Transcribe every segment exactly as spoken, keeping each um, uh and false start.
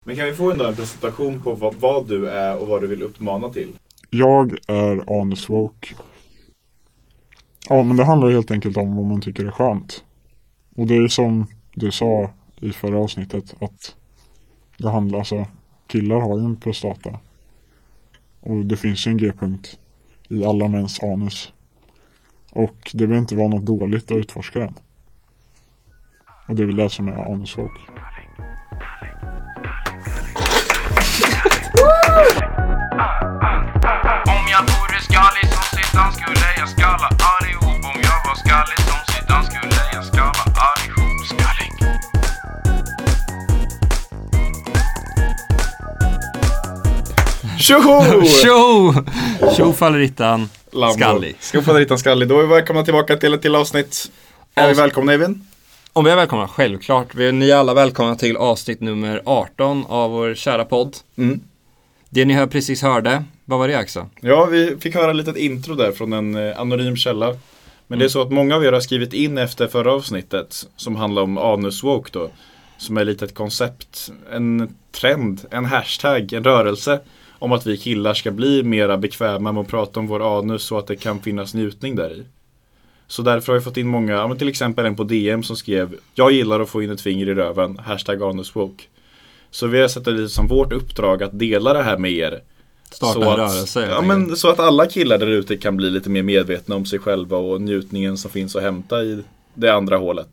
Men kan vi få en, en presentation på vad, vad du är och vad du vill uppmana till? Jag är anus woke. Ja, men det handlar helt enkelt om vad man tycker är skönt. Och det är som du sa i förra avsnittet, att det handlar, alltså, killar har ju en prostata. Och det finns ju en G-punkt i alla mäns anus. Och det vill inte vara något dåligt att utforska den. Och det är väl det som är anus woke. Om jag vore skallig som Zidane skulle jag skalla allihop. Om jag var skallig som Zidane skulle jag skalla allihop. Skallig. Tjoho! Tjo! Tjo fallerittan skallig. Tjo fallerittan skallig. Då är vi välkomna tillbaka till ett till avsnitt. Är vi välkomna, Evin? Om vi är välkomna, självklart. Vi är ni alla välkomna till avsnitt nummer arton av vår kära podd. Mm. Det ni hör precis hörde, vad var det Axel? Ja, vi fick höra lite ett intro där från en eh, anonym källa. Men mm. det är så att många av er har skrivit in efter förra avsnittet som handlar om anus woke då. Som är lite ett koncept, en trend, en hashtag, en rörelse om att vi killar ska bli mera bekväma med att prata om vår anus så att det kan finnas njutning där i. Så därför har vi fått in många, ja, men till exempel en på D M som skrev: jag gillar att få in ett finger i röven, hashtag anus woke. Så vi har sett det lite som vårt uppdrag att dela det här med er. Starta så en att, rörelse. Ja, men, så att alla killar där ute kan bli lite mer medvetna om sig själva och njutningen som finns att hämta i det andra hålet.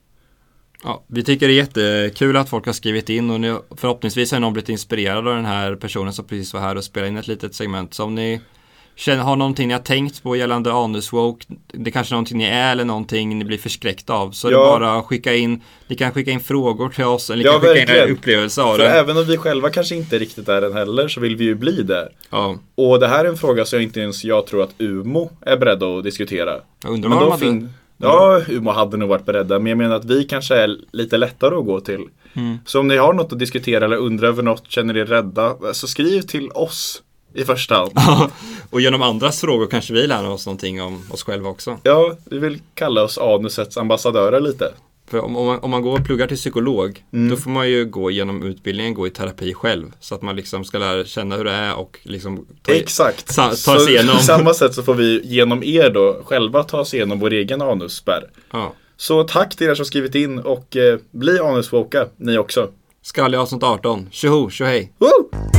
Ja, vi tycker det är jättekul att folk har skrivit in och nu, förhoppningsvis har någon blivit inspirerad av den här personen som precis var här och spelade in ett litet segment. Så om ni känner, har någonting ni har tänkt på gällande anus woke, det kanske är någonting ni är eller någonting ni blir förskräckta av, så ja. Det är bara att skicka in, ni kan skicka in frågor till oss eller ni ja, kan skicka verkligen. in en upplevelse av För det. även om vi själva kanske inte riktigt är den heller så vill vi ju bli det. Ja. Och det här är en fråga som jag inte ens jag tror att U M O är beredd att diskutera. Jag undrar men vad då de hade... fin- Ja, U M O hade nog varit beredda, men jag menar att vi kanske är lite lättare att gå till. Mm. Så om ni har något att diskutera eller undrar över något, känner er rädda, så skriv till oss i första hand. Och genom andras frågor kanske vi lär oss någonting om oss själva också. Ja, vi vill kalla oss anusets ambassadörer lite. För om, om, man, om man går och pluggar till psykolog, mm. då får man ju gå genom utbildningen, gå i terapi själv. Så att man liksom ska lära känna hur det är och liksom ta, Exakt. ta, ta sig igenom. På samma sätt så får vi genom er då själva ta oss igenom vår egen anusspärr. Ja. Så tack till er som skrivit in och eh, bli anuswoka, ni också. Skallig avsnitt arton. Tjoho, tjohej. Woo!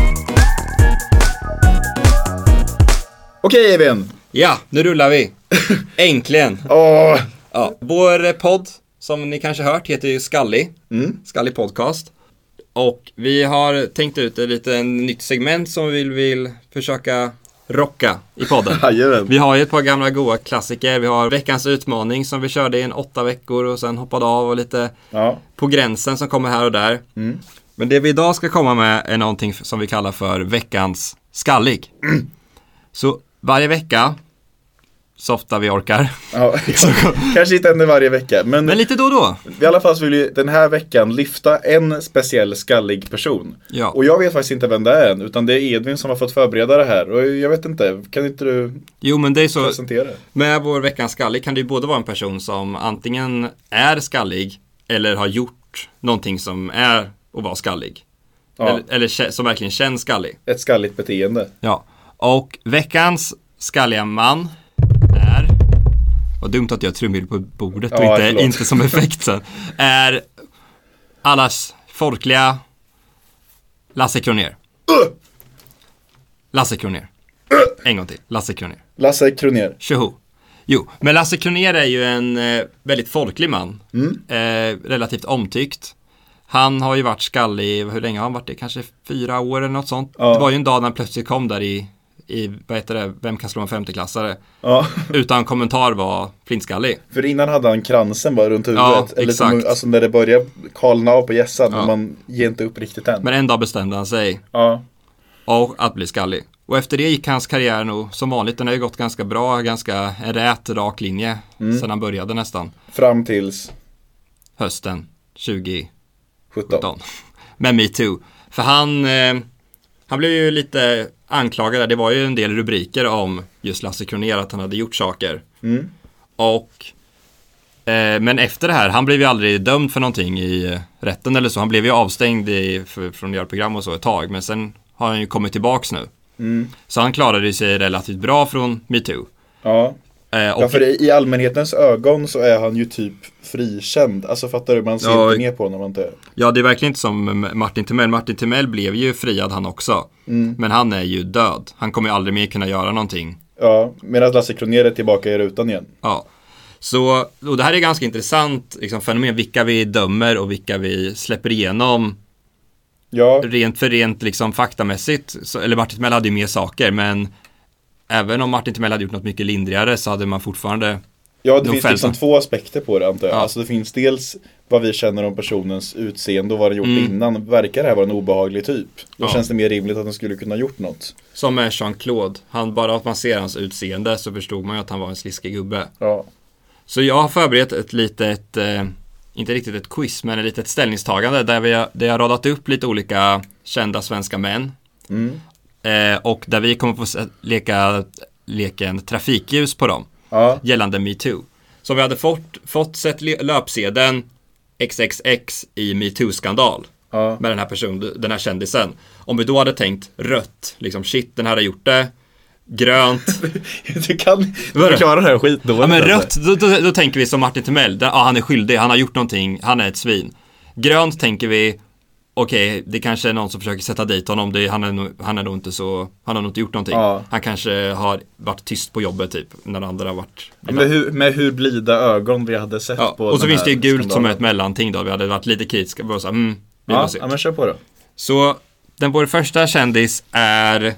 Okej, Evin. Ja, nu rullar vi. Äntligen. Åh. Ja, vår podd, som ni kanske hört, heter ju Skallig. Mm. Skallig podcast. Och vi har tänkt ut ett lite nytt segment som vi vill, vill försöka rocka i podden. Jajamän. Vi har ju ett par gamla goa klassiker. Vi har veckans utmaning som vi körde i en åtta veckor och sen hoppade av och lite ja. på gränsen som kommer här och där. Mm. Men det vi idag ska komma med är någonting som vi kallar för veckans skallig. Mm. Så varje vecka, så ofta vi orkar. Ja, kanske inte ännu varje vecka. Men, men lite då och då. I alla fall så vill vi den här veckan lyfta en speciell skallig person. Ja. Och jag vet faktiskt inte vem det är än, utan det är Edvin som har fått förbereda det här. Och jag vet inte, kan inte du jo, men det är så, presentera? med vår veckans skallig kan det ju både vara en person som antingen är skallig eller har gjort någonting som är att vara skallig. Ja. Eller, eller som verkligen känns skallig. Ett skalligt beteende. Ja, och veckans skalliga man är, vad dumt att jag trummade på bordet och ja, inte, inte som effekt sen, är allas folkliga Lasse Kronér. Uh! Lasse Kronér. Uh! En gång till, Lasse Kronér. Lasse Kronér. Tjoho. Jo, men Lasse Kronér är ju en eh, väldigt folklig man. Mm. Eh, relativt omtyckt. Han har ju varit skallig, hur länge har han varit det? Kanske fyra år eller något sånt. Ja. Det var ju en dag när han plötsligt kom där i, i vad heter det, Vem kan slå en femteklassare? Ja. Utan kommentar var flintskallig. För innan hade han kransen bara runt huvudet. Ja, Eller exakt. Som, alltså när det börjar kalna av på gässan, Ja. men man ger inte upp riktigt än. Men en dag bestämde han sig Ja. och att bli skallig. Och efter det gick hans karriär nog som vanligt. Den har ju gått ganska bra, ganska en rät, rak linje Mm. sedan han började nästan. Fram tills Hösten tjugo sjutton. sjutton. Men Me Too. För han, eh, han blev ju lite anklagad. Det var ju en del rubriker om just Lasse Kronér, att han hade gjort saker. Mm. Och Eh, men efter det här, han blev ju aldrig dömd för någonting i eh, rätten eller så. Han blev ju avstängd i, för, från att göra program och så ett tag. Men sen har han ju kommit tillbaks nu. Mm. Så han klarade sig relativt bra från MeToo. Ja. Eh, och Ja, för i, i allmänhetens ögon så är han ju typ frikänd. Alltså fattar du, man ser Ja, inte ner på honom inte. Ja, det är verkligen inte som Martin Timell. Martin Timell blev ju friad han också. Mm. Men han är ju död. Han kommer ju aldrig mer kunna göra någonting. Ja, medan Lasse Kronér är tillbaka i rutan igen. Ja. Så, och det här är ganska intressant liksom, fenomen. Vilka vi dömer och vilka vi släpper igenom. Ja, Rent för rent liksom faktamässigt. Så, eller Martin Timell hade ju mer saker. Men även om Martin Timell hade gjort något mycket lindrigare så hade man fortfarande... ja det nog finns fällt liksom honom. två aspekter på det antar jag. Ja. Alltså det finns dels vad vi känner om personens utseende och vad den gjort Mm. innan. Verkar det här vara en obehaglig typ? Då Ja. känns det mer rimligt att den skulle kunna gjort något. Som med Jean-Claude. Han, bara att man ser hans utseende så förstod man ju att han var en sliskig gubbe. Ja. Så jag har förberett ett litet, eh, inte riktigt ett quiz, men ett litet ställningstagande där vi har, där jag har radat upp lite olika kända svenska män. Mm. Eh, och där vi kommer få se- leka leken trafikljus på dem, Ja. gällande MeToo. Så vi hade fått, fått sett le- löpsedeln X X X i MeToo-skandal Ja. med den här personen, den här kändisen. Om vi då hade tänkt rött, liksom shit, den här har gjort det. Grönt. Du kan Vadå? förklara det här skitdåligt. Ja, men alltså. rött, då, då, då tänker vi som Martin Timell. Där, ja, han är skyldig, han har gjort någonting, han är ett svin. Grönt tänker vi, okej, det kanske är någon som försöker sätta dit honom. Det, han, är nog, han är nog inte så, han har nog inte gjort någonting. Ja. Han kanske har varit tyst på jobbet typ, när andra har varit... Ja, med, hur, med hur blida ögon vi hade sett Ja, på och så den finns det ju här gult som skandalen. är ett mellanting då. Vi hade varit lite kritiska, bara så här, mm, vi Ja, får se. ja, men kör på då. Så, den vår första kändis är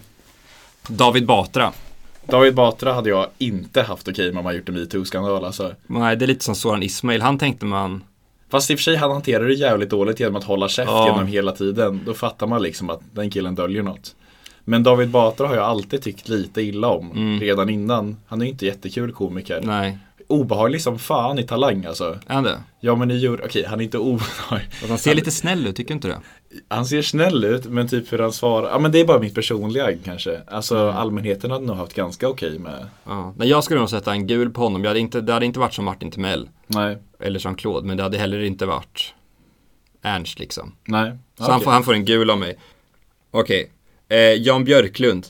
David Batra. David Batra hade jag inte haft okej om man har gjort en MeToo-skandal alltså. Nej, det är lite som Soran Ismail, han tänkte man... Fast i och för sig han hanterar det jävligt dåligt genom att hålla käft Ja. genom hela tiden. Då fattar man liksom att den killen döljer något. Men David Batra har jag alltid tyckt lite illa om. Mm. Redan innan. Han är ju inte jättekul komiker. Nej, Obehaglig som fan i Talang alltså. är han det? Ja men i djur, okej han är inte obehaglig. Fast han ser lite snäll ut, tycker du inte det? Han ser snäll ut men typ hur han svarar. Ja men det är bara mitt personliga kanske. Alltså Mm. allmänheten hade nog haft ganska okej med. Ja. Nej, jag skulle nog sätta en gul på honom. Jag hade inte, det hade inte varit som Martin Timell Nej, eller Jean-Claude, men det hade heller inte varit Ernst liksom. nej. Så han, får, han får en gul av mig. Okej, eh, Jan Björklund.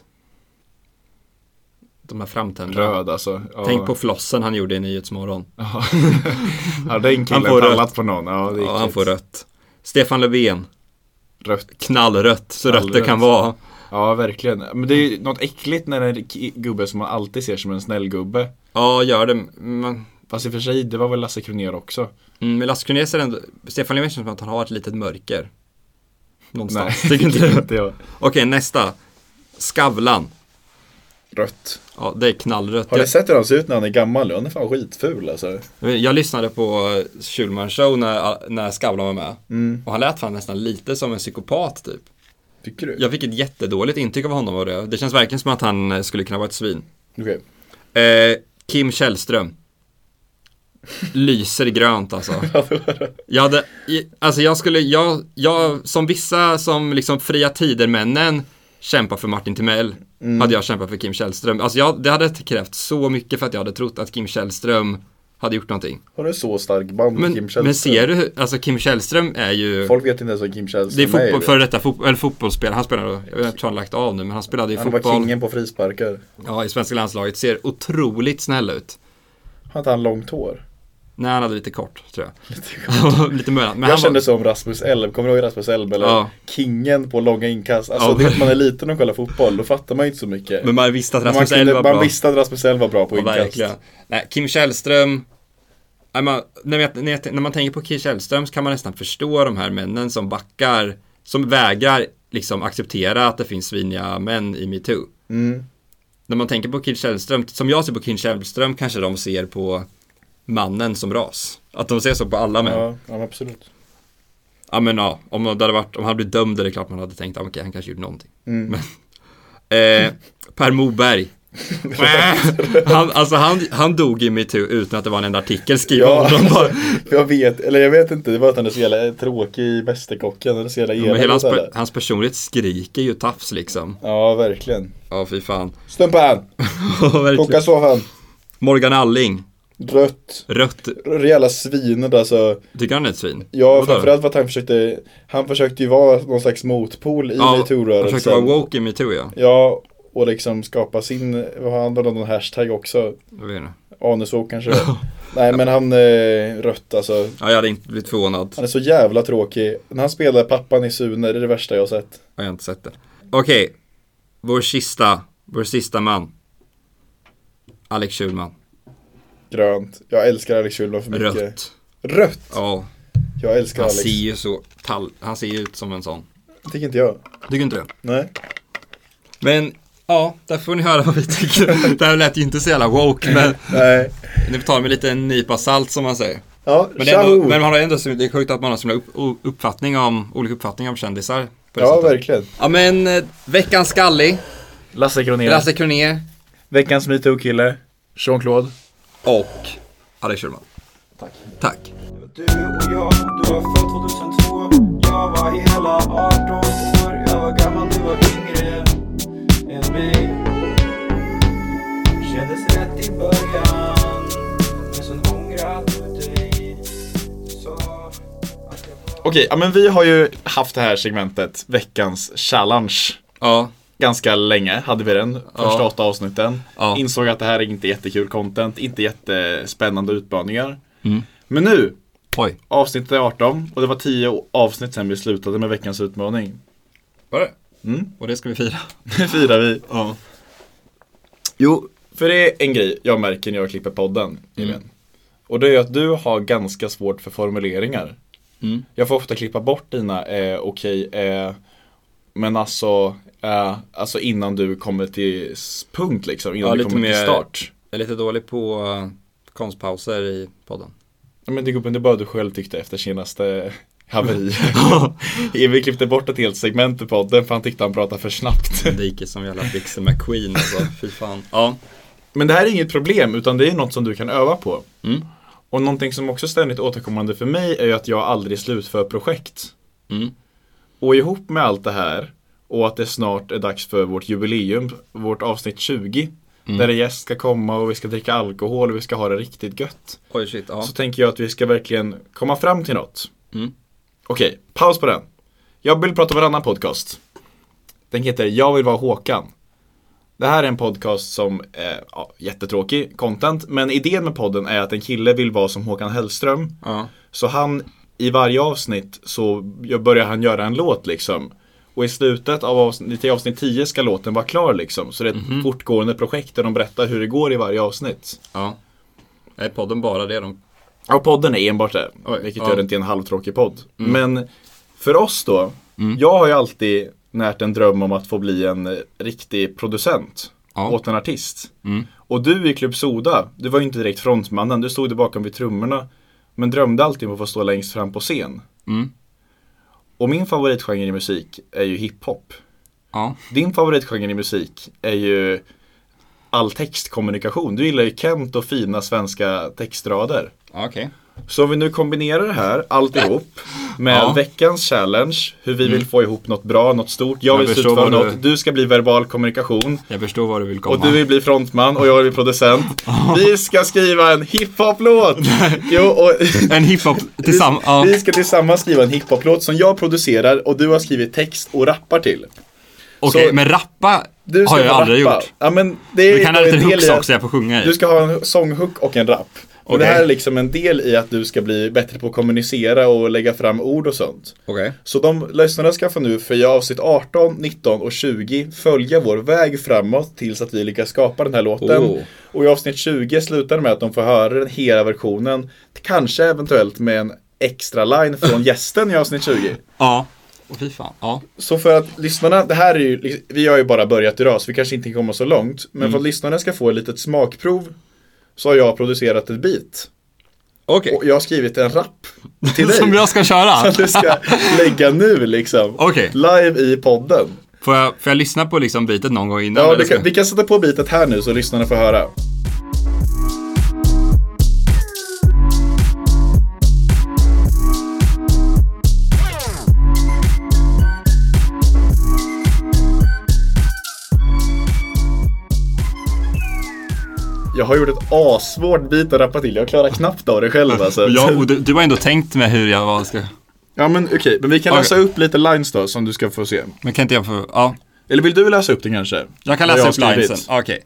De här framtänderna. Röd alltså. Ja. Tänk på flossen han gjorde i Nyhetsmorgon. Ja, ja den killen Han får pallat rött. på någon. Ja, det är Ja, han äckligt. får rött. Stefan Löfven. Rött. Knallrött, så rött det Knallrött. kan vara. Ja, verkligen. Men det är ju något äckligt när det är en ki- gubbe som man alltid ser som en snäll gubbe. Ja, gör det. Men, Fast i och för sig, det var väl Lasse Kronér också. mm, men Lasse Kronér ser ändå... Stefan Löfven känns som att han har ett litet mörker. Någonstans. Nej, Tycker inte du? inte jag. Okej, nästa. Skavlan. Rött. Ja, det är knallrött. Har Jag- ni sett hur han ser ut när han är gammal? Han är fan skitful alltså. Jag lyssnade på Schulman show när, när Skavlan var med. Mm. Och han lät fan nästan lite som en psykopat typ. Tycker du? Jag fick ett jättedåligt intryck av honom och det. Det känns verkligen som att han skulle kunna vara ett svin. Okej. Eh, Kim Källström. Lyser grönt alltså. Jag hade, i- alltså jag skulle, jag, jag som vissa som liksom fria tider-männen kämpar för Martin Timell, hade jag kämpat för Kim Källström. Alltså jag, det hade krävt så mycket för att jag hade trott att Kim Källström hade gjort någonting. Har du så stark band med Men, Kim Källström? men ser du, hur- alltså Kim Källström är ju... Folk vet inte ens vad Kim Det Källström är fotboll, är. för detta fotboll, eller fotbollsspelare. Han spelar, jag vet inte hur han lagt av nu, men han spelade i Han var fotboll. kingen på frisparkar. Ja, i svenska landslaget. Ser otroligt snäll ut. Har inte han långt hår? Nej, han hade lite kort, tror jag. lite möllan. Men jag han kände var, som Rasmus Elm, kommer du ihåg Rasmus Elm? Eller Ja. kingen på långa inkast. Alltså Ja. det att man är liten och kollar fotboll, då fattar man ju inte så mycket. men man visste att Men Rasmus man, Elm kunde, var man bra. visste att Rasmus Elm var bra på Ja, inkast. verkligen. Nej, Kim Källström. Nej, man, när, jag, när, jag, när man tänker på Kim Källström så kan man nästan förstå de här männen som backar, som vägrar liksom acceptera att det finns sviniga män i MeToo. Mm. När man tänker på Kim Källström, som jag ser på Kim Källström, kanske de ser på mannen som ras. Att de ser så på alla män. Ja, Ja, ja men absolut. men ja, om det hade varit, om han blev dömd är det klart man hade tänkt, ah, okej, han kanske gjorde någonting. Mm. Men, eh, Per Moberg. han, alltså han, han dog i MeToo utan att det var en enda artikel skriven Ja, om honom. Bara, för jag vet, eller jag vet inte, det var att han är så jävla tråkig i Mästerkocken. Han är så jävla men elak hela och hans, sådär. hans personlighet skriker ju tafs liksom. Ja, verkligen. Ja, fy fan. Stumpan! Verkligen. Koka soffan! Morgan Alling. Rött. Rött. Rejäla svinet alltså. Tycker han är ett svin? Ja, Vadå? framförallt för att han försökte, han försökte ju vara någon slags motpol i Ja, MeToo-rörelsen. han försökte vara woke i MeToo, ja. Ja, och liksom skapa sin, vad har han någon hashtag också? Jag vet inte. Anuswoke kanske. Nej, men han eh, rött alltså. Ja, jag hade inte blivit förvånad. Han är så jävla tråkig. När han spelar pappan i Sune, det är det värsta jag har sett. Jag har inte sett det. Okej, vår sista, vår sista man. Alex Schulman. Grönt. Jag älskar Alex Schulman för mycket. Rött. Rött? Ja, Jag älskar han Alex. ser ju så tall, han ser ju ut som en sån. Det tycker inte jag. Tycker inte det? Nej. Men, ja, där får ni höra vad vi tycker. Det här lät ju inte så jävla woke, men Nej. ni får ta med lite en nypa salt som man säger. Ja, Men, det är ändå, tjau. men man har ändå, det är sjukt att man har såna upp, uppfattning om, olika uppfattningar om kändisar. På det Ja, sättet. verkligen. Ja, men eh, veckans skallig, Lasse Kronér. Lasse Kronér Veckans MeToo-kille. Jean-Claude. och Alex Schulman. Tack. Tack. Du och jag, du var född tjugohundratvå. Jag var hela arton år. Jag var gammal, du var yngre än mig. Kändes rätt i början, men sen ångrade du dig. Du sa att jag var... Okej, ja men vi har ju haft det här segmentet, veckans challenge. Ja, Ganska länge hade vi den, första Ja. åtta avsnitten. Ja. Insåg att det här är inte jättekul content, inte jättespännande utmaningar. Mm. Men nu, oj. avsnittet är arton och det var tio avsnitt sen vi slutade med veckans utmaning. Var det? Mm. Och det ska vi fira. Det firar vi. Ja. Jo, för det är en grej jag märker när jag klipper podden, Elin. Och det är att du har ganska svårt för formuleringar. Mm. Jag får ofta klippa bort dina eh, okej, eh, men alltså, eh, alltså innan du kommer till s- punkt liksom, innan Ja, du lite kommer till mer- start. Jag är lite dålig på uh, konstpauser i podden. Ja, men det går det bara du själv tyckte efter senaste haveri. Emil klippte bort ett helt segment i podden för han tyckte han pratade för snabbt. Det gick som jävla Dixie McQueen alltså, fy fan. Ja. Men det här är inget problem, utan det är något som du kan öva på. Mm. Och någonting som också är ständigt återkommande för mig är ju att jag aldrig slutför projekt. Mm. Och ihop med allt det här och att det snart är dags för vårt jubileum, vårt avsnitt tjugo, Mm. där en gäst ska komma och vi ska dricka alkohol och vi ska ha det riktigt gött. Oj shit, ja. Så tänker jag att vi ska verkligen komma fram till något. Mm. Okej, paus på den. Jag vill prata om en annan podcast. Den heter Jag vill vara Håkan. Det här är en podcast som är ja, jättetråkig content, men idén med podden är att en kille vill vara som Håkan Hellström. Ja. Så han, i varje avsnitt så börjar han göra en låt liksom. Och i slutet av avsnitt, i avsnitt tio ska låten vara klar liksom. Så det är ett Mhm. fortgående projekt där de berättar hur det går i varje avsnitt. Ja. Är podden bara det de... Ja, podden är enbart det. Oj, vilket ja. gör den till en halvtråkig podd. Mm. Men för oss då, Mm. jag har ju alltid närt en dröm om att få bli en eh, riktig producent Ja. åt en artist. Mm. Och du i Club Soda, du var ju inte direkt frontmannen, du stod där bakom vid trummorna. Men drömde alltid om att få stå längst fram på scen. Mm. Och min favoritgenre i musik är ju hiphop. Ja. Din favoritgenre i musik är ju all textkommunikation. Du gillar ju Kent och fina svenska textrader. Ja, okej. Så om vi nu kombinerar det här alltihop med Ja. veckans challenge, hur vi vill Mm. få ihop något bra, något stort. Jag Jag vill förstår slutföra vad något, du- du ska bli verbal kommunikation Jag förstår var du vill komma. och du vill bli frontman och jag vill bli producent. Vi ska skriva en hiphop-låt! Jo, och En hiphop tillsammans. Ja. vi ska tillsammans skriva en hiphop-låt som jag producerar och du har skrivit text och rappar till. Okej, så- men rappa Du ska har jag få aldrig rappa. gjort. Ja, men det är Du kan ha en lite del hooks i att- också jag får sjunga i. Du ska ha en sånghook och en rap. Och Okej. det här är liksom en del i att du ska bli bättre på att kommunicera och lägga fram ord och sånt. Okej. Så de lyssnarna ska få nu för avsnitt arton, nitton och tjugo följa vår väg framåt tills att vi lyckas skapa den här låten. Oh. Och i avsnitt tjugo slutar det med att de får höra den hela versionen. Kanske eventuellt med en extra line från gästen i avsnitt tjugo. Ja. Och fy fan. Ja. Så för att lyssnarna, det här är ju, vi har ju bara börjat idag så vi kanske inte kan komma så långt. Men för att lyssnarna ska få ett litet smakprov så har jag producerat ett beat. Okej. Och jag har skrivit en rap till dig. Som jag ska köra. Som du ska lägga nu liksom. Okej. Live i podden. Får jag, får jag lyssna på liksom beatet någon gång innan? Ja, eller det ska- kan, vi kan sätta på beatet här nu så lyssnarna får höra. jag har gjort ett asvårt bit att rappa till. Jag klarar knappt av det själv alltså. Ja, och du, du har ändå tänkt med hur jag var ska... Ja men okej, okay. Men vi kan okay. läsa upp lite lines då som du ska få se. Men kan inte jag få, ja. Eller vill du läsa upp det kanske? Jag kan läsa jag upp linesen, okej okay.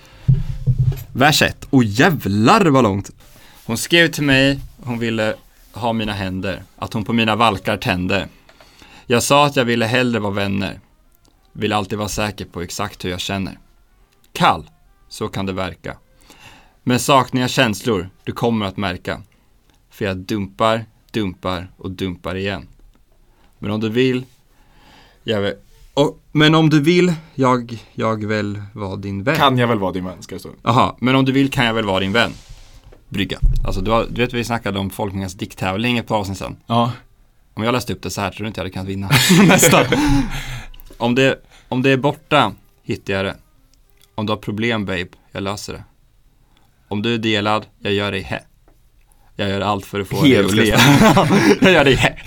Vers ett, åh jävlar vad långt. Hon skrev till mig, hon ville ha mina händer, att hon på mina valkar tände. Jag sa att jag ville hellre vara vänner. Vill alltid vara säker på exakt hur jag känner. Kall, så kan det verka. Men saknar jag känslor, du kommer att märka. För jag dumpar, dumpar och dumpar igen. Men om du vill, jag vill och, men om du vill, jag, jag väl vara din vän. Kan jag väl vara din vän, ska det stå. Jaha, men om du vill kan jag väl vara din vän. Brygga. Alltså du, har, du vet vi snackade om folkningens dikttävling ett par avsnitt sedan. Ja. Om jag läste upp det så här tror du inte jag hade kunnat vinna. Nästan. Om det, om det är borta, hittar jag det. Om du har problem, babe, jag löser det. Om du är delad, jag gör dig he. Jag gör allt för att få dig att le. Jag gör dig he.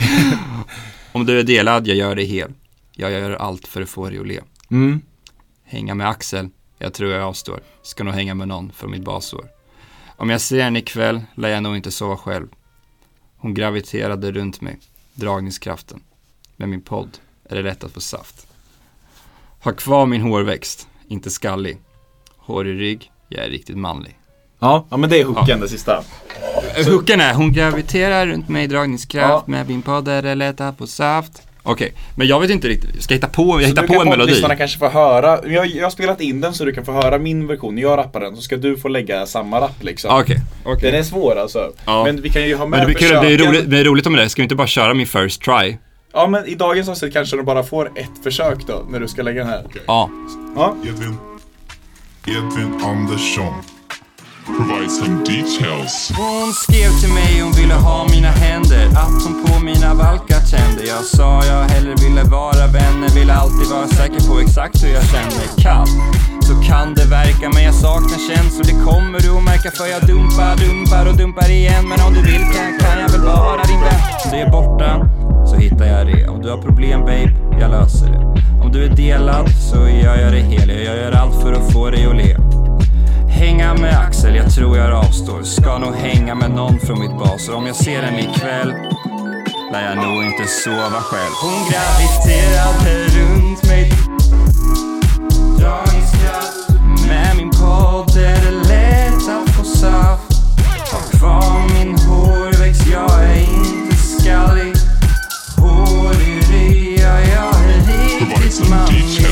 Om du är delad, jag gör dig hel. Jag gör allt för att få dig att le. Mm. Hänga med Axel, jag tror jag avstår. Ska nog hänga med någon för mitt basår. Om jag ser henne ikväll, lär jag nog inte sova själv. Hon graviterade runt mig, dragningskraften. Med min podd är det lätt att få saft. Har kvar min hårväxt, inte skallig. Hår i rygg, jag är riktigt manlig. Ja, ja men det är hooken, ja. Det sista. Så. Hooken är, hon graviterar runt mig, dragningskraft. Ja. Med min podd är det lätt att få saft. Okej, okay. Men jag vet inte riktigt. Ska jag hitta på, jag hittar på en melodi. Så kanske få höra. Jag, jag har spelat in den så du kan få höra min version. Jag rappar den så ska du få lägga samma rapp liksom. Okej. Okay. Okay. Den är svår alltså. Ja. Men vi kan ju ha med. Men det blir, kul, det är roligt, det är roligt om det. Ska vi inte bara köra min first try? Ja, men i dagens avsnitt kanske du bara får ett försök då när du ska lägga den här. Okay. Ja. Ja. Edvin Edvin Andersson provide some details. Hon skrev till mig, hon ville ha mina händer. Att hon på mina valkar kände. Jag sa jag hellre ville vara vänner. Ville alltid vara säker på exakt hur jag känner mig. Kall, så kan det verka. Men jag saknar känslor, det kommer du att märka. För jag dumpar, dumpar och dumpar igen. Men om du vill kan, kan jag väl vara din vän. Om det är borta, så hittar jag det. Om du har problem, babe, jag löser det. Om du är delad, så gör jag det hel. Jag gör allt för att få dig att le. Hänga med Axel, jag tror jag avstår. Ska nog hänga med någon från mitt bas. Och om jag ser henne ikväll, lär jag nog inte sova själv. Hon graviterade runt mig, dragningskraft. Med min podd är det lätt att få saft. Har kvar min hårväxt, jag är inte skallig. Hår i rygg, ja, jag är riktigt manlig.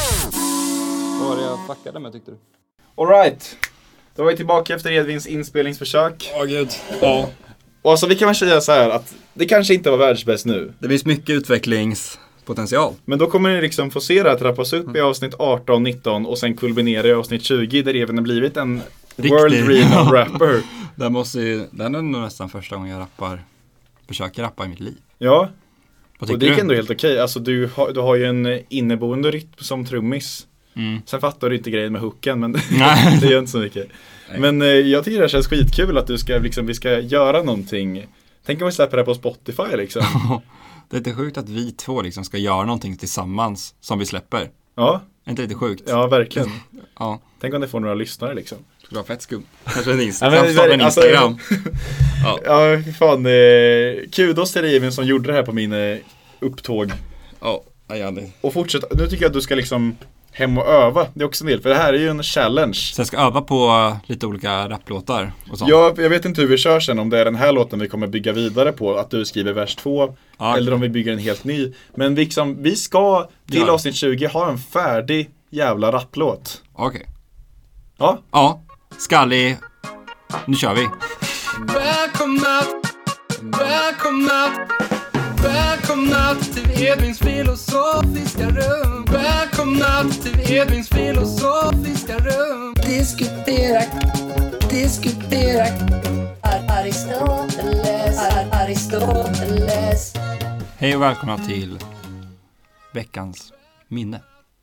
Vad var det jag fuckade med tyckte du? All right. Då var vi tillbaka efter Edvins inspelningsförsök. Åh oh, gud. Ja. Och alltså vi kan väl säga så här att det kanske inte var världsbäst nu. Det finns mycket utvecklingspotential. Men då kommer ni liksom få se det att trappas upp mm. i avsnitt arton nitton och sen kulminera i avsnitt tjugo där Edvin har blivit en Riktig. world renowned rapper. Den måste ju, den är nog nästan första gången jag rappar, försöker rappa i mitt liv. Ja. Och det är ändå helt okej. Alltså du har, du har ju en inneboende rytm som trummis. Mm. Sen fattar du inte grejen med hooken, men det gör inte så mycket. Nej. Men eh, jag tycker det känns skitkul att du ska, liksom, vi ska göra någonting. Tänk om vi släpper det på Spotify liksom. Det är lite sjukt att vi två liksom ska göra någonting tillsammans som vi släpper. Ja. Är inte lite sjukt? Ja, verkligen. Ja. Tänk om det får några lyssnare liksom. Det var fett skum. Kanske en Instagram. Ja, men, en Instagram. Alltså, ja. Ja, fan. Eh, kudos till Edvin som gjorde det här på min eh, upptåg. Ja, ja det. Och fortsätt. Nu tycker jag att du ska liksom hem och öva. Det är också en del, för det här är ju en challenge. Så jag ska öva på lite olika rapplåtar och sånt. Ja, jag vet inte hur vi kör sen. Om det är den här låten vi kommer bygga vidare på. Att du skriver vers två. Ja, eller om vi bygger en helt ny. Men liksom, vi ska till ja. avsnitt tjugo ha en färdig jävla rapplåt. Okej. Okay. Ja. Ja, skallig. Nu kör vi. Välkomna, välkomna, välkomna till Edvins filosofiska rum. Välkomna till Edvins filosofiska rum. Diskutera, diskutera Ar- Aristoteles, Ar- Aristoteles. Hej och välkomna till veckans minne.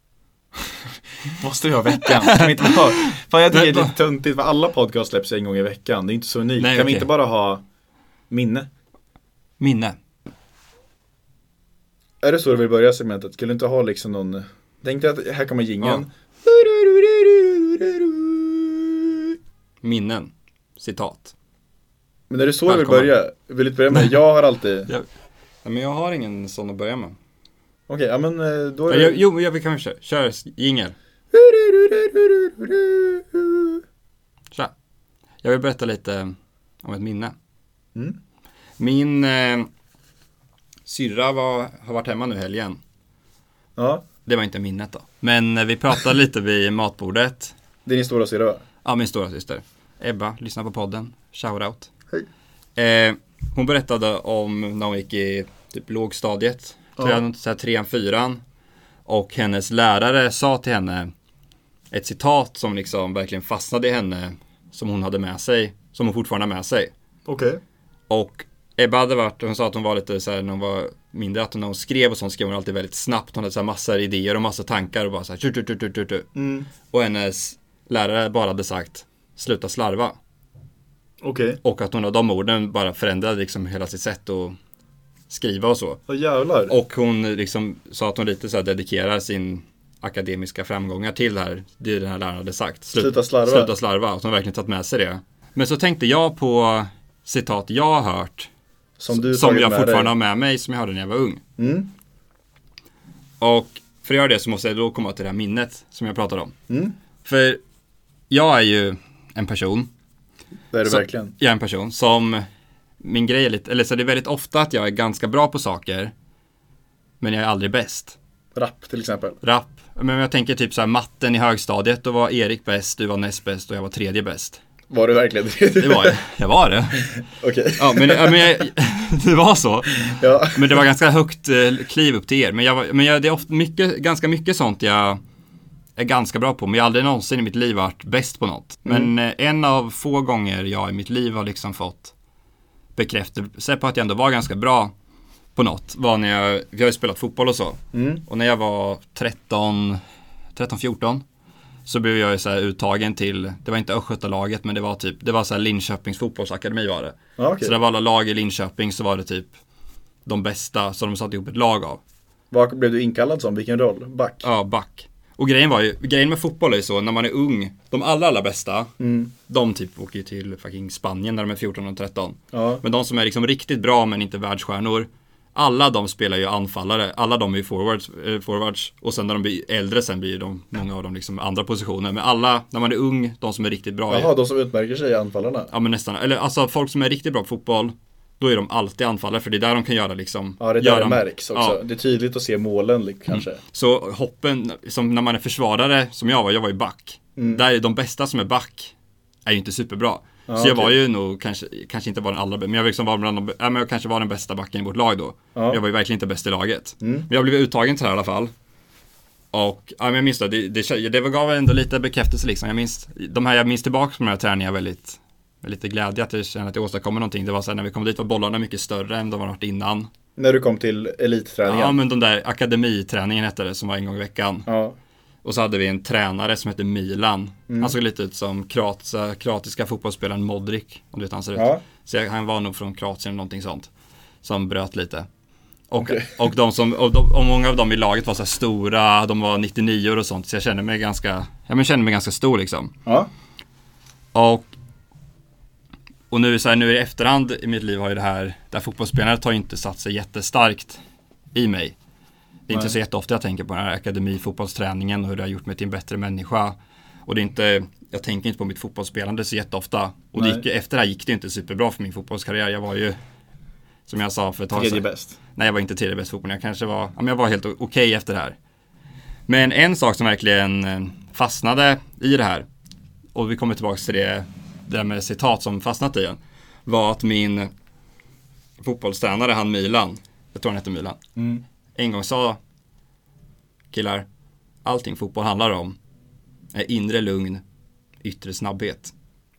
Måste vi ha veckan? Kan vi inte ha? Fan, jag tycker det är lite töntigt för alla podcast släpps en gång i veckan. Det är inte så unikt. Nej, kan okay. vi inte bara ha minne? Minne. Är det så du vill börja segmentet? Skulle du inte ha liksom någon... Tänk dig att här kommer jingeln. minnen. Citat. Men är det så jag vill Välkommen. börja? Jag vill inte börja med, jag har alltid... Jag, ja, men jag har ingen sån att börja med. Okej, ja men eh, då är Ja, det... jag, jo, jag, vi kan köra. Kör jingel. Tja. Jag vill berätta lite om ett minne. Mm. Min eh, syrra var, har varit hemma nu helgen. Ja, Det var inte minnet då. Men eh, vi pratade lite vid matbordet. det är din stora syrra va? Ja, min stora syster Ebba, lyssna på podden. Shoutout. Hej. Eh, hon berättade om när hon gick i typ lågstadiet. Tror Ja. jag inte såhär trean, fyran. Och hennes lärare sa till henne ett citat som liksom verkligen fastnade i henne. Som hon hade med sig. Som hon fortfarande har med sig. Okej. Och Ebba hade varit, hon sa att hon var lite såhär när hon var mindre, att när hon skrev och sånt skrev hon alltid väldigt snabbt. Hon hade såhär massor idéer och massor tankar och bara såhär tju, tju, tju, tju, tju, tju. Mm. Och hennes lärare bara hade sagt sluta slarva. Okej. Och att hon av de orden bara förändrade liksom hela sitt sätt att skriva och så. Åh jävlar. Och hon liksom sa att hon lite så här dedikerar sin akademiska framgångar till det här. Det den här läraren hade sagt. Slut, Sluta slarva. Sluta slarva. Att hon verkligen tagit med sig det. Men så tänkte jag på citat jag har hört. Som du Som tagit jag med fortfarande dig. har med mig. Som jag hörde när jag var ung. Mm. Och för att göra det så måste jag då komma till det här minnet som jag pratade om. Mm. För jag är ju en person. Det är det Så- verkligen. Jag är en person som min grej är lite, eller så är det väldigt ofta att jag är ganska bra på saker. Men jag är aldrig bäst. Rapp till exempel. Rap. Men jag tänker typ så här matten i högstadiet. Då var Erik bäst, du var näst bäst och jag var tredje bäst. Var det verkligen det? Det var jag. Jag var det. Okej. Ja, men, ja, men jag, det var så. Ja. Men det var ganska högt eh, kliv upp till er. Men, jag, var- men jag, det är ofta mycket, ganska mycket sånt jag är ganska bra på. Men jag har aldrig någonsin i mitt liv varit bäst på något. Men eh, en av få gånger jag i mitt liv har liksom fått bekräftelse på att jag ändå var ganska bra på något var när jag, vi har ju spelat fotboll och så. Mm. Och när jag var tretton, fjorton så blev jag ju så här uttagen till, det var inte Östgötalaget men det var typ, det var så här Linköpings fotbollsakademi var det. Ja, okej. Så det var alla lag i Linköping så var det typ de bästa som de satte ihop ett lag av. Vad blev du inkallad som? Vilken roll? Back? Ja, back. Och grejen var ju, grejen med fotboll är ju så, när man är ung, de allra, allra bästa, Mm. de typ åker ju till fucking Spanien när de är fjorton och tretton. Ja. Men de som är liksom riktigt bra men inte världsstjärnor, alla de spelar ju anfallare, alla de är ju forwards, eh, forwards. Och sen när de blir äldre sen blir ju de, många av dem liksom andra positioner. Men alla, när man är ung, de som är riktigt bra Jaha, är, de som utmärker sig i anfallarna. ja men nästan, eller alltså folk som är riktigt bra på fotboll, då är de alltid anfallare för det är där de kan göra liksom. Ja, det är där göra, det märks också. Ja. Det är tydligt att se målen li- kanske. Så hoppen, som när man är försvarare, som jag var, jag var ju back. Mm. Där är de bästa som är back är ju inte superbra. Ja, så jag okej. var ju nog, kanske, kanske inte var den allra bästa, men jag liksom var bland de, ja, men jag kanske var den bästa backen i vårt lag då. Ja. Jag var ju verkligen inte bäst i laget. Mm. Men jag blev uttagen till det här i alla fall. Och ja, men jag minns det, det, det, det gav ändå lite bekräftelse liksom. Jag minns, de här, jag minns tillbaka på de här träningarna väldigt, med lite glädje att jag känner att jag åstadkommer någonting. Det var så här, när vi kom dit var bollarna mycket större än de har varit innan. När du kom till elitträningen. Ja, men de där akademiträningen hette det som var en gång i veckan. Ja. Och så hade vi en tränare som hette Milan. Mm. Han såg lite ut som kroatiska, kroatiska fotbollsspelaren Modric. Om du vet hur han ser ut. Ja. Så jag, han var nog från Kroatien eller någonting sånt. Som bröt lite. Och, Okej. och, de som, och, de, och många av dem i laget var så här stora. De var nittionio och sånt. Så jag kände mig ganska, ja, men kände mig ganska stor liksom. Ja. Och, och nu, så här, nu i efterhand i mitt liv har ju det här, det här fotbollsspelandet har ju inte satt sig jättestarkt i mig. Det är inte Nej. så jätteofta jag tänker på den här akademifotbollsträningen och hur det har gjort mig till en bättre människa. Och det är inte, jag tänker inte på mitt fotbollsspelande så jätteofta. Och det Nej. gick, efter det här gick det inte superbra för min fotbollskarriär. Jag var ju, som jag sa för ett tag Tredje sedan. bäst. Nej, jag var inte tredje bäst fotboll. Jag kanske var, ja, men jag var helt o- okej efter det här. Men en sak som verkligen eh, fastnade i det här, och vi kommer tillbaka till det, det där med citat som fastnat i en, var att min fotbollstränare, han Milan, jag tror han heter Milan, Mm. en gång sa: killar, allting fotboll handlar om är inre lugn, yttre snabbhet.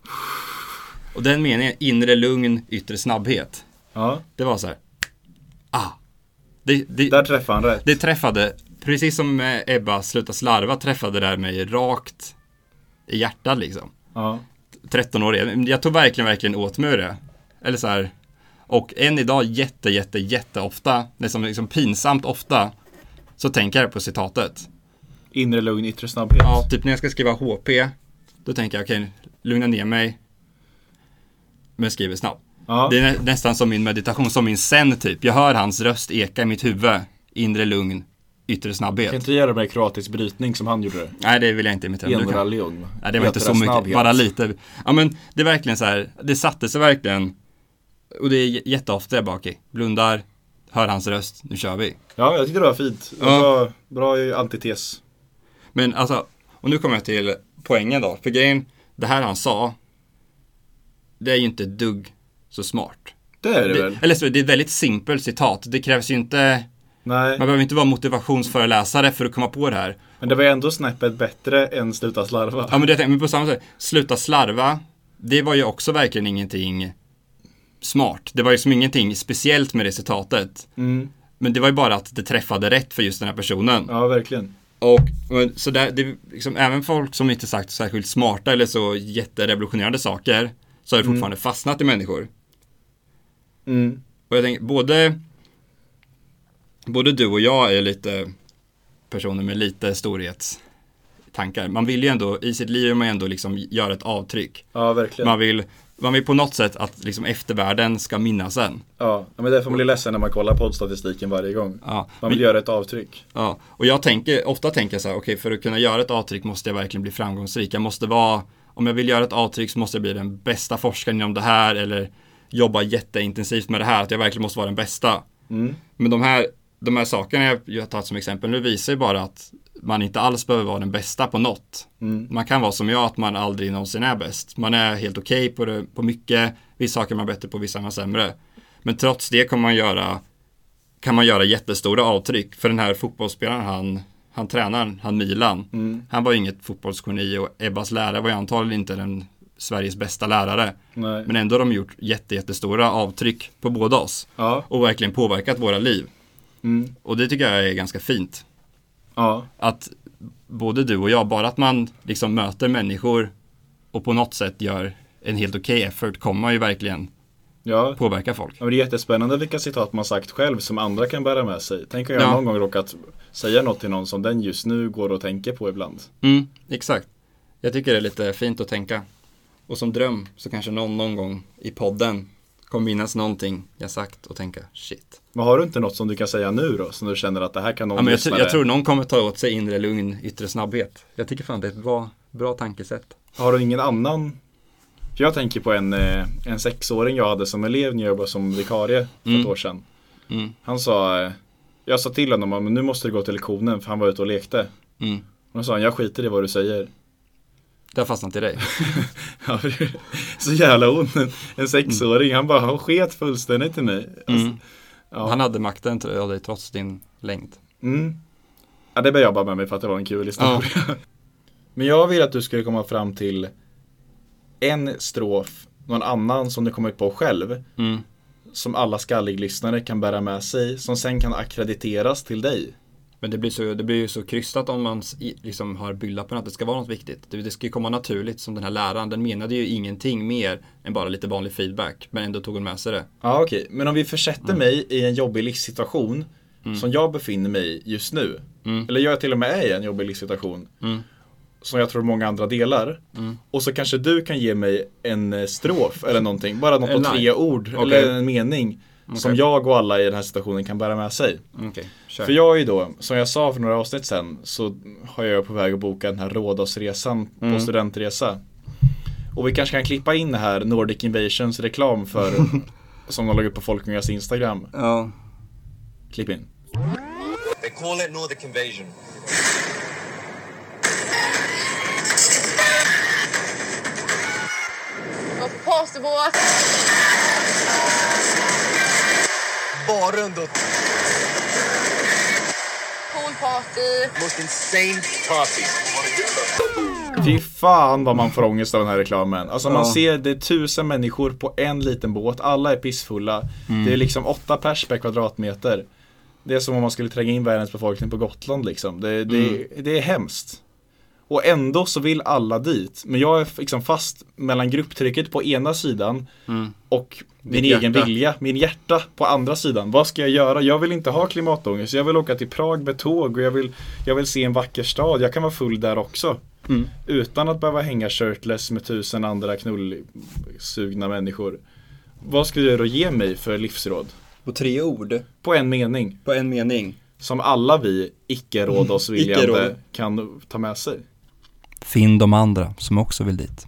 Och den meningen, inre lugn, yttre snabbhet, Ja. det var så här. Ah. Det, det, Där träffade han rätt. det träffade, precis som med Ebba Sluta slarva, träffade det där mig rakt i hjärtat liksom. Ja. tretton år, jag, jag tog verkligen, verkligen åt mig det. Eller så här. Och än idag jätte, jätte, jätte ofta, nästan liksom pinsamt ofta, så tänker jag på citatet. Inre lugn, yttre snabbhet. Ja, typ när jag ska skriva H P, då tänker jag okej, lugna ner mig, men skriver snabbt. Ja. Det är nä- nästan som min meditation, som min zen typ. Jag hör hans röst eka i mitt huvud. Inre lugn, yttre snabbhet. Kan inte göra det med kroatisk brytning som han gjorde det? Nej, det vill jag inte imitera. Du kan- Genraljon. Nej, det var inte så mycket, bara lite. Ja, men det är verkligen så här, det satte sig verkligen. Och det är j- jätteofta jag bak i. Blundar, hör hans röst, nu kör vi. Ja, jag tyckte det var fint. Det var bra, bra antites. Men alltså, och nu kommer jag till poängen då. För grejen, det här han sa, det är ju inte ett dugg så smart. Det är det, Det, väl? eller så, det är ett väldigt simpelt citat. Det krävs ju inte, Nej, man behöver inte vara motivationsföreläsare för att komma på det här. men det var ändå snäppet bättre än sluta slarva. Ja, men det men på samma sätt, sluta slarva, det var ju också verkligen ingenting smart. Det var ju som ingenting speciellt med det citatet. Mm. Men det var ju bara att det träffade rätt för just den här personen. Ja, verkligen. Och men, så där, det, liksom, även folk som inte sagt särskilt smarta eller så jätterevolutionerande saker, så har det fortfarande fastnat i människor. Mm. Och jag tänker, både både du och jag är lite personer med lite storhetstankar. Man vill ju ändå, i sitt liv vill man ändå liksom göra ett avtryck. Ja, verkligen. Man vill, man vill på något sätt att liksom eftervärlden ska minnas en. Ja, men därför man blir ledsen när man kollar poddstatistiken varje gång. Ja, Man vill men, göra ett avtryck. ja. Och jag tänker, ofta tänker jag så här, okej, för att kunna göra ett avtryck måste jag verkligen bli framgångsrik. Jag måste vara, om jag vill göra ett avtryck så måste jag bli den bästa forskaren inom det här, eller jobba jätteintensivt med det här, att jag verkligen måste vara den bästa. Mm. Men de här, de här sakerna jag, jag har tagit som exempel nu visar ju bara att man inte alls behöver vara den bästa på något. Mm. Man kan vara som jag, att man aldrig någonsin är bäst. Man är helt okej på, det, på mycket, vissa saker är man bättre på, vissa är man sämre. Men trots det kan man göra, kan man göra jättestora avtryck. För den här fotbollsspelaren, han, han tränar, han Milan. Mm. Han var ju inget fotbollsgeni och Ebbas lärare var ju antagligen inte den Sveriges bästa lärare. Nej. Men ändå har de gjort jätte, jättestora avtryck på båda oss. Ja. Och verkligen påverkat våra liv. Mm. Och det tycker jag är ganska fint. Ja. Att både du och jag, bara att man liksom möter människor och på något sätt gör en helt okej effort, kommer man ju verkligen Ja. påverka folk. Ja, men det är jättespännande vilka citat man sagt själv som andra kan bära med sig. Tänk om jag Ja. någon gång råkat säga något till någon som den just nu går och tänker på ibland. Mm, exakt. Jag tycker det är lite fint att tänka. Och som dröm så kanske någon någon gång i podden kommer minnas någonting jag sagt och tänka, shit. Men har du inte något som du kan säga nu då? Som du känner att det här kan någon Ja, men jag, lyssnare... jag tror någon kommer ta åt sig inre lugn, yttre snabbhet. Jag tycker fan det är ett bra, bra tankesätt. Har du ingen annan? För jag tänker på en, eh, en sexåring jag hade som elev när jag jobbade som vikarie för Mm. ett år sedan. Mm. Han sa, eh, jag sa till honom, men nu måste du gå till lektionen för han var ute och lekte. Mm. Och då sa han, jag skiter i vad du säger. Det har fastnat i dig. Ja, så jävla ont. En, en sexåring, han bara, han sket fullständigt i mig. Alltså, Mm. ja. Han hade makten tror jag, dig trots din längd. Mm. Ja, det bär jag bara med mig för att det var en kul historia. Men jag vill att du skulle komma fram till en strof, någon annan som du kommit på själv, Mm. som alla skallig-lyssnare kan bära med sig, som sen kan akkrediteras till dig. Men det blir, så, det blir ju så krystat om man s- i- liksom har byggt på att det ska vara något viktigt. Det, det ska ju komma naturligt, som den här läraren. Den menade ju ingenting mer än bara lite vanlig feedback. Men ändå tog hon med sig det. Ja, okej. Men om vi försätter mig i en jobbig livssituation som jag befinner mig i just nu. Mm. Eller jag till och med är i en jobbig livssituation. Mm. Som jag tror många andra delar. Mm. Och så kanske du kan ge mig en eh, strof eller någonting. Bara något på Eller nej. tre ord. Okej. Eller en mening. Som Okej. jag och alla i den här situationen kan bära med sig. Okej, kör. För jag är ju då, som jag sa för några avsnitt sen, så har jag på väg att boka den här Rhodosresan Mm. på studentresa. Och vi kanske kan klippa in det här Nordic Invasions reklam för som de lagt upp på Folkungas Instagram. Ja. Klipp in. They call it Nordic Invasion. Och på pasterbåt. Bara under Poolparty. most insane party. Fy fan vad man får ångest av den här reklamen. Alltså man Ja. ser det är tusen människor på en liten båt. Alla är pissfulla. Mm. Det är liksom åtta pers per kvadratmeter. Det är som om man skulle tränga in världens befolkning på Gotland liksom. Det, det, Mm. det är hemskt. Och ändå så vill alla dit. Men jag är liksom fast mellan grupptrycket på ena sidan Mm. och min Ditt egen hjärta. vilja, min hjärta på andra sidan. Vad ska jag göra? Jag vill inte ha klimatångest. Jag vill åka till Prag med tåg och jag vill, jag vill se en vacker stad. Jag kan vara full där också. Mm. Utan att behöva hänga shirtless med tusen andra knullsugna människor. Vad skulle du då ge mig för livsråd? På tre ord? På en mening. På en mening. Som alla vi icke-rådosviljande kan ta med sig. Finn de andra som också vill dit.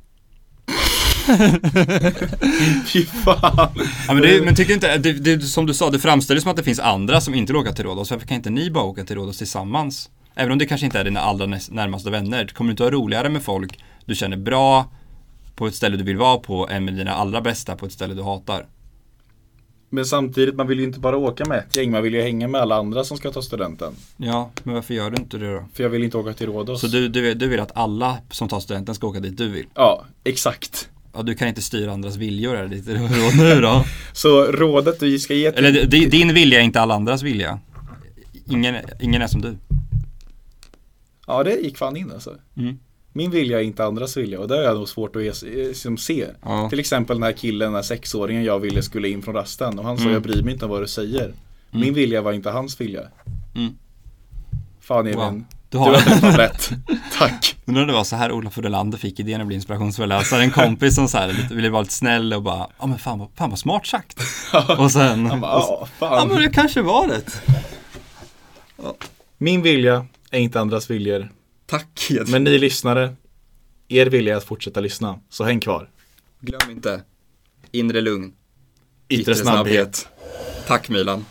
Fy fan. Ja, men, det, men tycker inte, det, det, som du sa, det framställer som att det finns andra som inte vill åka till Rhodos. Varför kan inte ni bara åka till Rhodos tillsammans? Även om det kanske inte är dina allra närmaste vänner. Kommer du inte ha roligare med folk du känner bra på ett ställe du vill vara på än med dina allra bästa på ett ställe du hatar? Men samtidigt, man vill ju inte bara åka med ett gäng. Man vill ju hänga med alla andra som ska ta studenten. Ja, men varför gör du inte det då? För jag vill inte åka till Rhodos. Så du, du, du vill att alla som tar studenten ska åka dit du vill? Ja, exakt. Ja, du kan inte styra andras viljor är lite råd nu då. Så rådet du ska ge till... Eller din vilja är inte alla andras vilja. Ingen, ingen är som du. Ja, det gick fan in alltså. Mm. Min vilja är inte andras vilja. Och det är jag nog svårt att som se. Ja. Till exempel den här killen, den här sexåringen jag ville skulle in från rasten. Och han sa, mm. jag bryr mig inte om vad du säger. Mm. Min vilja var inte hans vilja. Mm. Fan Elin, wow. Du har, du har träffat rätt. Tack. Men det var så här Olof Furdelander fick idén att bli inspirationsföreläsare. En kompis som så här lite, ville vara lite snäll och bara, ja men fan, fan vad smart sagt. Och sen, han bara, ja fan. Ja men det kanske var det. Ja. Min vilja är inte andras viljor. Tack. Men ni lyssnare, er vilja att fortsätta lyssna. Så häng kvar. Glöm inte, inre lugn. Yttre, yttre snabbhet. snabbhet. Tack Milan.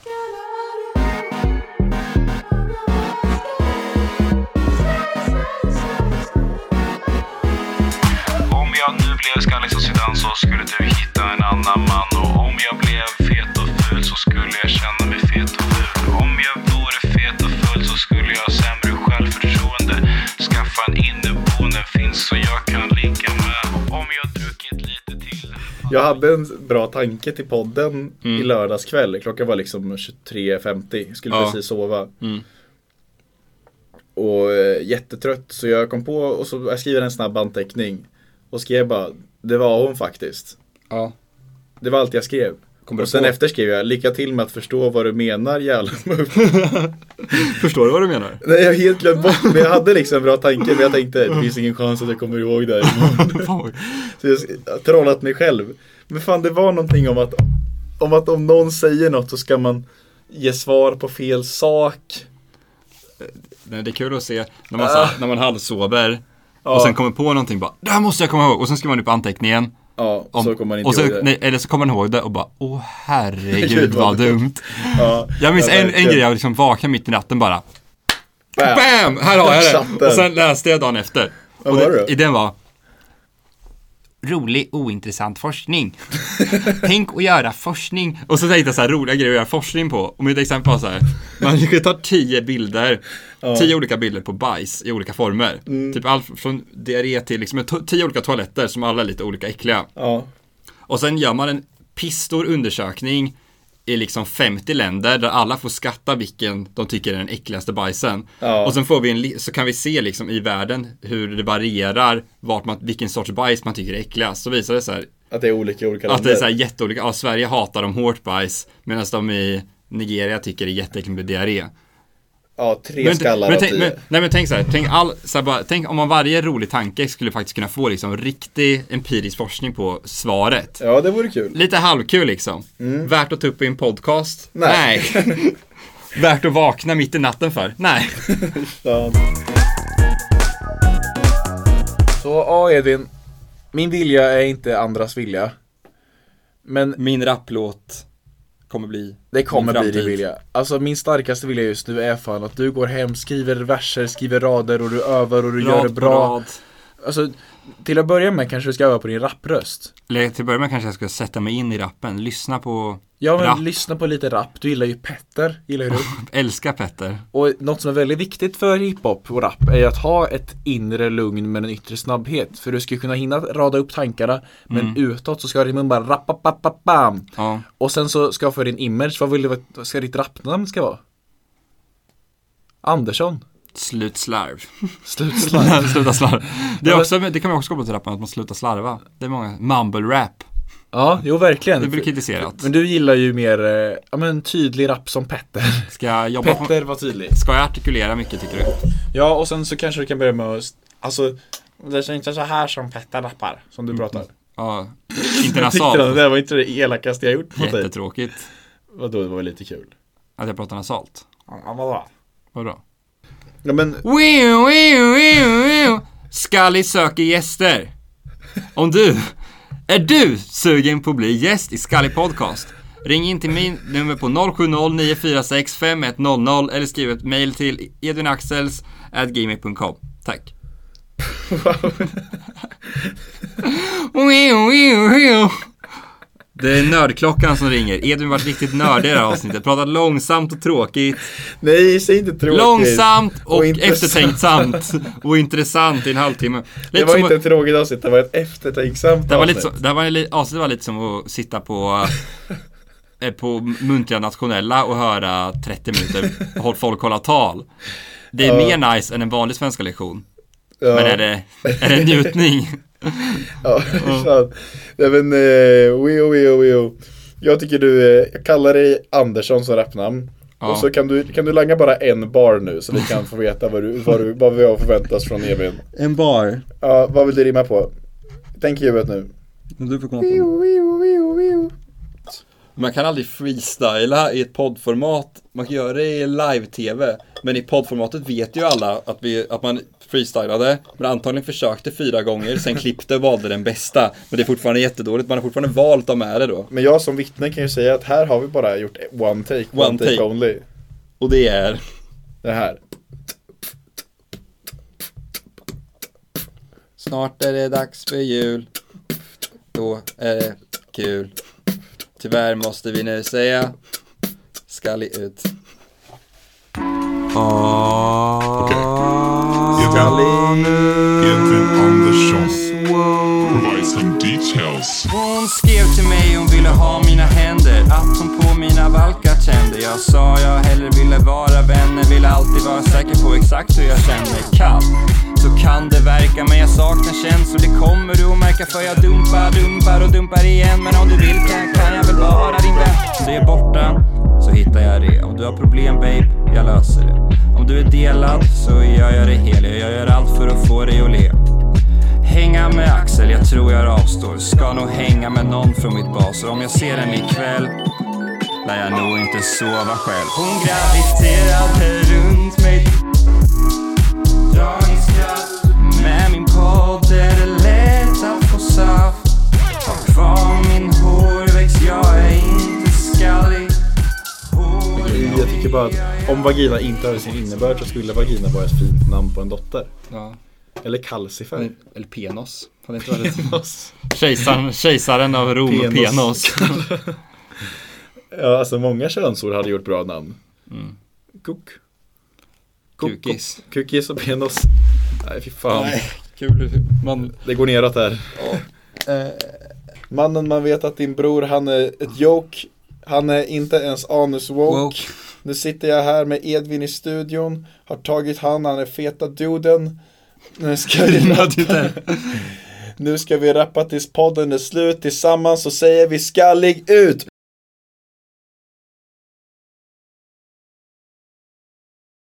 Skallig som Zidane så skulle du hitta en annan man. Och om jag blev fet och ful så skulle jag känna mig fet och ful. Om jag vore fet och full så skulle jag ha sämre självförtroende. Skaffa en inneboende finns så jag kan ligga med. Om jag druckit lite till. Jag hade en bra tanke till podden mm. i lördagskväll. Klockan var liksom tjugotre femtio. Skulle ja. precis sova. Mm. Och äh, jättetrött. Så jag kom på och så jag skriver en snabb anteckning. Och skrev bara, det var hon faktiskt. Ja. Det var allt jag skrev. Kommer och sen på? Efter skrev jag, lycka till med att förstå vad du menar, jävla. Förstår du vad du menar? Nej, jag har helt glömt bort. Men jag hade liksom en bra tanke. Men jag tänkte, det finns ingen chans att jag kommer ihåg det här. Så jag har trollat mig själv. Men fan, det var någonting om att om att om någon säger något så ska man ge svar på fel sak. Det är kul att se när man, uh. när man halvsover. Ja. Och sen kommer på någonting bara, det här måste jag komma ihåg. Och sen skriver man upp anteckningen. Ja, om, så kommer man inte och sen, ihåg det. Nej, eller så kommer man ihåg det och bara, åh herregud vad dumt. Ja, jag minns en, en grej, jag liksom vaknade mitt i natten bara. Bam! Bam! Här har jag det. Och sen läste jag dagen efter. Vad och var det? I den var rolig, ointressant forskning. Tänk att göra forskning. Och så tänkte jag så här, roliga grejer att göra forskning på. Och mitt exempel var så här, man tar tio bilder, ja. tio olika bilder på bajs i olika former. Mm. Typ allt från diarré till liksom to- tio olika toaletter som alla är lite olika äckliga. Ja. Och sen gör man en pisstor undersökning i liksom femtio länder där alla får skatta vilken de tycker är den äckligaste bajsen. Ja. Och sen får vi en li- så kan vi se liksom i världen hur det varierar vart man, vilken sorts bajs man tycker är äckligast. Så visar det så här att det är olika olika länder. Att det är så här jätteolika. Ja, Sverige hatar de hårt bajs medan de i Nigeria tycker det är jätteäckligt med diarré. Ja, tre men, skallar men, av tio. Men, nej men tänk så här, tänk, all, så här bara, tänk om man varje rolig tanke skulle faktiskt kunna få liksom riktig empirisk forskning på svaret. Ja, det vore kul. Lite halvkul liksom. Mm. Värt att ta upp i en podcast? Nej. Nej. Värt att vakna mitt i natten för? Nej. Ja. Så, ja Edvin, min vilja är inte andras vilja. Men min rapplåt kommer bli det kommer bli din vilja. Alltså min starkaste vilja just nu är fan att du går hem, skriver verser, skriver rader och du övar och du rad gör det bra. Rad. Alltså till att börja med kanske du ska öva på din rappröst. Eller till att börja med kanske jag ska sätta mig in i rappen, lyssna på Ja, men rap. lyssna på lite rap. Du gillar ju Petter, gillar du? Älskar Petter. Och något som är väldigt viktigt för hiphop och rap är att ha ett inre lugn med en yttre snabbhet. För du ska kunna hinna rada upp tankarna, men mm. utåt så ska din bara rappa-pappa-bam. Ja. Och sen så ska för din image, vad vill du, vad ska ditt rapnamn ska vara? Andersson. Slutslarv. Slutslarv. Sluta slarv. Det, är också, det kan man också koppla till rappen, att man slutar slarva. Det är många mumble rap. Ja, jo verkligen. Det blir kritiserat. Men du gillar ju mer eh, ja, men tydlig rap som Petter. Ska jag jobba Petter på... var tydlig. Ska jag artikulera mycket tycker du? Ja, och sen så kanske du kan börja med att alltså, Det är inte så här som Petter rappar, som du pratar. Ja, inte Jag tyckte nasalt. det var inte det elakaste jag gjort mot dig. Jättetråkigt. Vadå, det var väl lite kul. Att jag pratar nasalt. Ja, vadå? Vadå? Ja, men Wiu, wiu, wiu, wiu. Scully söker gäster. Om du är du sugen på att bli gäst i Scully Podcast, ring in till min nummer på noll sju noll nio fyra sex fem ett noll noll eller skriv ett mail till edvinaxels at gmail punkt com. Tack. Wiu, wiu, wiu. Det är nördklockan som ringer. Edvin var riktigt nördig i det här avsnittet. Pratat långsamt och tråkigt. nej, säg inte tråkigt. Långsamt och, Och eftertänksamt och intressant i en halvtimme. Lite Det var som inte att, ett tråkigt avsnitt, det var ett eftertänksamt det var lite avsnitt. som, det var li, avsnittet var lite som att sitta på eh, på muntliga nationella och höra trettio minuter håll folk hålla tal. Det är Ja. mer nice än en vanlig svenska lektion. Ja. Men är det, är det njutning? Ja, fan. Nej, men eh, wio, wio, wio. Jag tycker du, eh, jag kallar dig Andersson som rapnamn. Ja. Och så kan du, kan du langa bara en bar nu så vi kan få veta vad, du, vad, du, vad vi har förväntas från Evin. En bar. Ja, vad vill du rimma på? Tänk i huvudet nu. Du får komma på. Man kan aldrig freestyla i ett poddformat. Man kan göra det i live-tv. Men i poddformatet vet ju alla att, vi, att man freestylade. Men antagligen försökte fyra gånger. Sen klippte och valde den bästa. Men det är fortfarande jättedåligt. Man har fortfarande valt att med det då. Men jag som vittne kan ju säga att här har vi bara gjort one take. One, One take, take. only. Och det är... Det här. Snart är det dags för jul. Då är det kul. Tyvärr måste vi nu säga Scully ut. Edvin Andersson provides some details. Hon skrev till mig, hon ville ha mina händer, att hon på mina valkar kände. Jag sa jag hellre ville vara vänner, ville alltid vara säker på exakt hur jag känner. Kall, så kan det verka, men jag saknar känslor. Det kommer du att märka, för jag dumpar, dumpar och dumpar igen. Men om du vill kan, kan jag väl vara din vän. Om det är borta så hittar jag det. Om du har problem babe, jag löser det. Om du är delad så gör jag det hel. Jag gör allt för att få dig att le. Hänga med Axel, jag tror jag avstår. Ska nog hänga med någon från mitt bas. Och om jag ser henne ikväll lär jag nog inte sova själv. Hon graviterade runt mig. Dragningskraft. Med min podd är det lätt att få saft. Ha kvar min hårväxt, jag är inte skallig. Jag tycker bara att om vagina inte har sin innebörd så skulle vagina vara ett fint namn på en dotter. Ja. Eller calcifer. Eller penos. Har inte varit penos. Kejsaren, kejsaren av Rom, penos. penos. Ja, alltså många könsord hade gjort bra namn. Mm. Kuk. Kukis. Kukis och penos. Nej, fy fan. Nej, kul. Man... Det går neråt där. Ja. Eh. Mannen man vet att din bror, han är ett joke. Han är inte ens anus woke. woke. Nu sitter jag här med Edvin i studion. Har tagit han, han är feta duden. Nu ska vi rappa. Nu ska vi rappa tills podden är slut. Tillsammans så säger vi skallig ut.